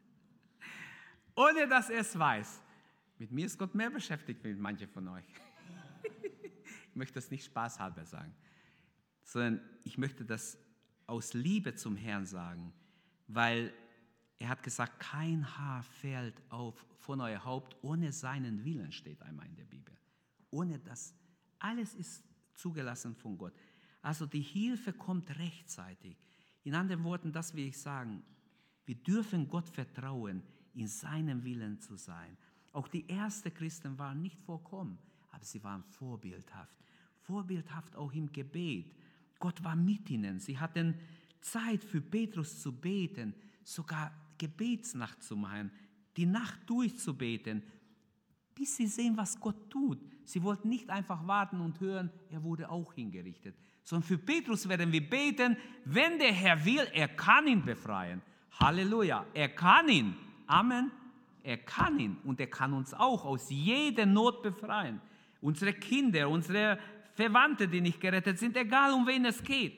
Ohne dass er es weiß. Mit mir ist Gott mehr beschäftigt mit manchen von euch. Ich möchte das nicht spaßhalber sagen, sondern ich möchte das aus Liebe zum Herrn sagen, weil er hat gesagt, kein Haar fällt auf von euer Haupt, ohne seinen Willen, steht einmal in der Bibel. Ohne das, alles ist zugelassen von Gott. Also die Hilfe kommt rechtzeitig. In anderen Worten, das will ich sagen, wir dürfen Gott vertrauen, in seinem Willen zu sein. Auch die ersten Christen waren nicht vollkommen, aber sie waren vorbildhaft. Vorbildhaft auch im Gebet. Gott war mit ihnen. Sie hatten Zeit für Petrus zu beten, sogar Gebetsnacht zu machen, die Nacht durchzubeten, bis sie sehen, was Gott tut. Sie wollten nicht einfach warten und hören, er wurde auch hingerichtet. Sondern für Petrus werden wir beten, wenn der Herr will, er kann ihn befreien. Halleluja, er kann ihn. Amen. Er kann ihn und er kann uns auch aus jeder Not befreien. Unsere Kinder, unsere Verwandte, die nicht gerettet sind, egal um wen es geht.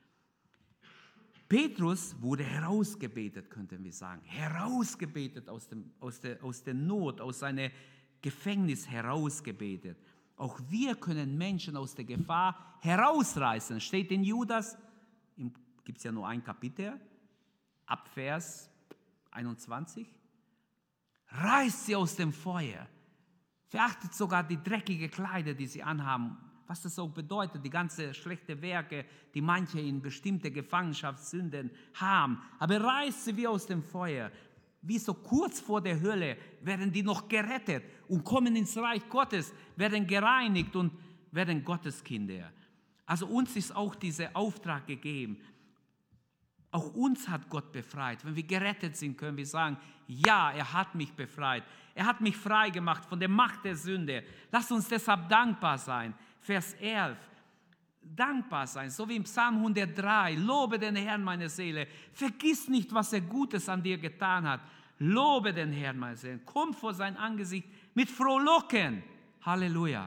Petrus wurde herausgebetet, könnten wir sagen. Herausgebetet aus, dem, aus, der, aus der Not, aus seinem Gefängnis herausgebetet. Auch wir können Menschen aus der Gefahr herausreißen. Steht in Judas, gibt es ja nur ein Kapitel, ab Vers einundzwanzig. Reißt sie aus dem Feuer. Verachtet sogar die dreckigen Kleider, die sie anhaben. Was das auch bedeutet, die ganzen schlechten Werke, die manche in bestimmte Gefangenschaftssünden haben. Aber reißt sie wie aus dem Feuer. Wie so kurz vor der Hölle werden die noch gerettet und kommen ins Reich Gottes, werden gereinigt und werden Gotteskinder. Also uns ist auch dieser Auftrag gegeben. Auch uns hat Gott befreit. Wenn wir gerettet sind, können wir sagen, ja, er hat mich befreit. Er hat mich frei gemacht von der Macht der Sünde. Lasst uns deshalb dankbar sein. Vers elf. Dankbar sein, so wie im Psalm hundertdrei. Lobe den Herrn, meine Seele. Vergiss nicht, was er Gutes an dir getan hat. Lobe den Herrn, meine Seele. Komm vor sein Angesicht mit Frohlocken. Halleluja.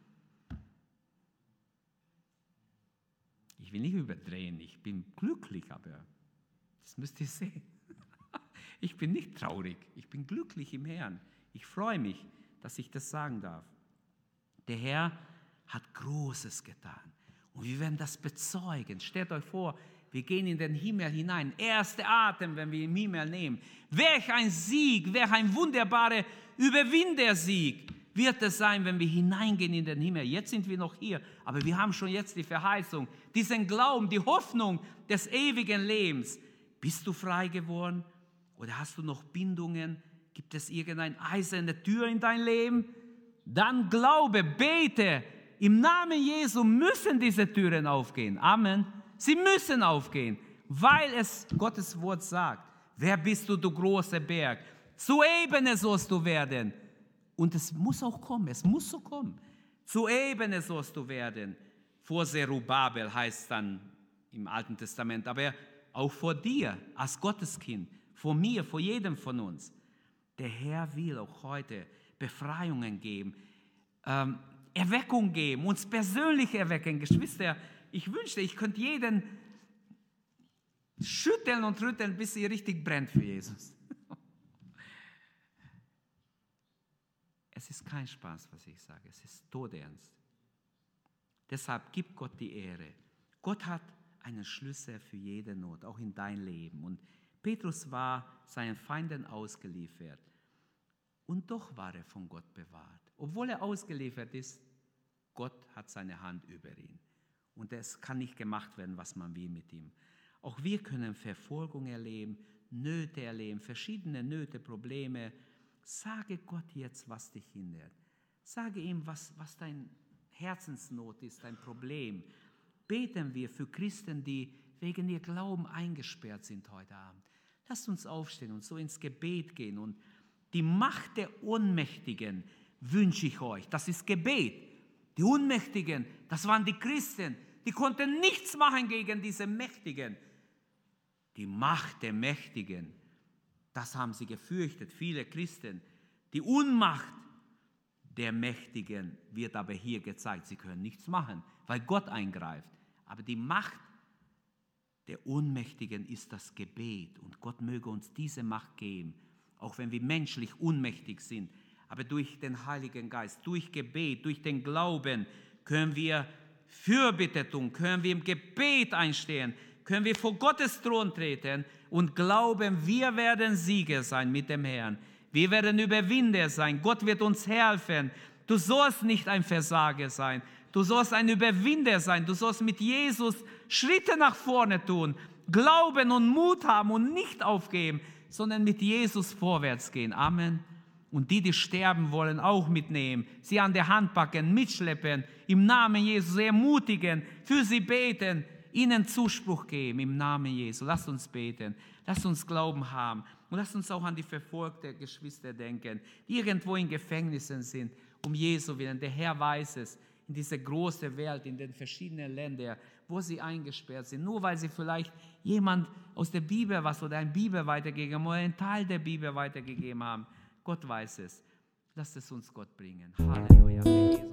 Ich will nicht überdrehen, ich bin glücklich, aber das müsst ihr sehen. Ich bin nicht traurig, ich bin glücklich im Herrn. Ich freue mich, dass ich das sagen darf. Der Herr hat Großes getan. Und wir werden das bezeugen. Stellt euch vor, wir gehen in den Himmel hinein. Erster Atem, wenn wir im Himmel nehmen. Welch ein Sieg, welch ein wunderbarer Überwindersieg wird es sein, wenn wir hineingehen in den Himmel. Jetzt sind wir noch hier, aber wir haben schon jetzt die Verheißung, diesen Glauben, die Hoffnung des ewigen Lebens. Bist du frei geworden? Oder hast du noch Bindungen? Gibt es irgendeine eiserne Tür in dein Leben? Dann glaube, bete. Im Namen Jesu müssen diese Türen aufgehen. Amen. Sie müssen aufgehen, weil es Gottes Wort sagt. Wer bist du, du großer Berg? Zu Ebene sollst du werden. Und es muss auch kommen, es muss so kommen. Zu Ebene sollst du werden. Vor Zerubabel heißt es dann im Alten Testament, aber auch vor dir als Gotteskind, vor mir, vor jedem von uns. Der Herr will auch heute Befreiungen geben, ähm, Erweckung geben, uns persönlich erwecken. Geschwister, ich wünschte, ich könnte jeden schütteln und rütteln, bis sie richtig brennt für Jesus. Es ist kein Spaß, was ich sage, es ist todernst. Deshalb gibt Gott die Ehre. Gott hat einen Schlüssel für jede Not, auch in dein Leben. Und Petrus war seinen Feinden ausgeliefert. Und doch war er von Gott bewahrt. Obwohl er ausgeliefert ist, Gott hat seine Hand über ihn. Und es kann nicht gemacht werden, was man will mit ihm. Auch wir können Verfolgung erleben, Nöte erleben, verschiedene Nöte, Probleme. Sage Gott jetzt, was dich hindert. Sage ihm, was, was dein Herzensnot ist, dein Problem. Beten wir für Christen, die wegen ihr Glauben eingesperrt sind heute Abend. Lasst uns aufstehen und so ins Gebet gehen. Und die Macht der Ohnmächtigen wünsche ich euch. Das ist Gebet. Die Ohnmächtigen, das waren die Christen. Die konnten nichts machen gegen diese Mächtigen. Die Macht der Mächtigen, das haben sie gefürchtet, viele Christen. Die Unmacht der Mächtigen wird aber hier gezeigt. Sie können nichts machen, weil Gott eingreift. Aber die Macht der Ohnmächtigen ist das Gebet. Und Gott möge uns diese Macht geben, auch wenn wir menschlich unmächtig sind. Aber durch den Heiligen Geist, durch Gebet, durch den Glauben können wir Fürbitte tun, können wir im Gebet einstehen, können wir vor Gottes Thron treten und glauben, wir werden Sieger sein mit dem Herrn. Wir werden Überwinder sein. Gott wird uns helfen. Du sollst nicht ein Versager sein. Du sollst ein Überwinder sein. Du sollst mit Jesus Schritte nach vorne tun, glauben und Mut haben und nicht aufgeben, sondern mit Jesus vorwärts gehen. Amen. Und die, die sterben wollen, auch mitnehmen, sie an der Hand packen, mitschleppen, im Namen Jesus ermutigen, für sie beten, ihnen Zuspruch geben, im Namen Jesu. Lasst uns beten, lasst uns Glauben haben und lasst uns auch an die verfolgten Geschwister denken, die irgendwo in Gefängnissen sind, um Jesu willen. Der Herr weiß es, in dieser großen Welt, in den verschiedenen Ländern, wo sie eingesperrt sind, nur weil sie vielleicht jemand aus der Bibel was oder ein Bibel weitergegeben haben oder einen Teil der Bibel weitergegeben haben. Gott weiß es. Lasst es uns Gott bringen. Halleluja.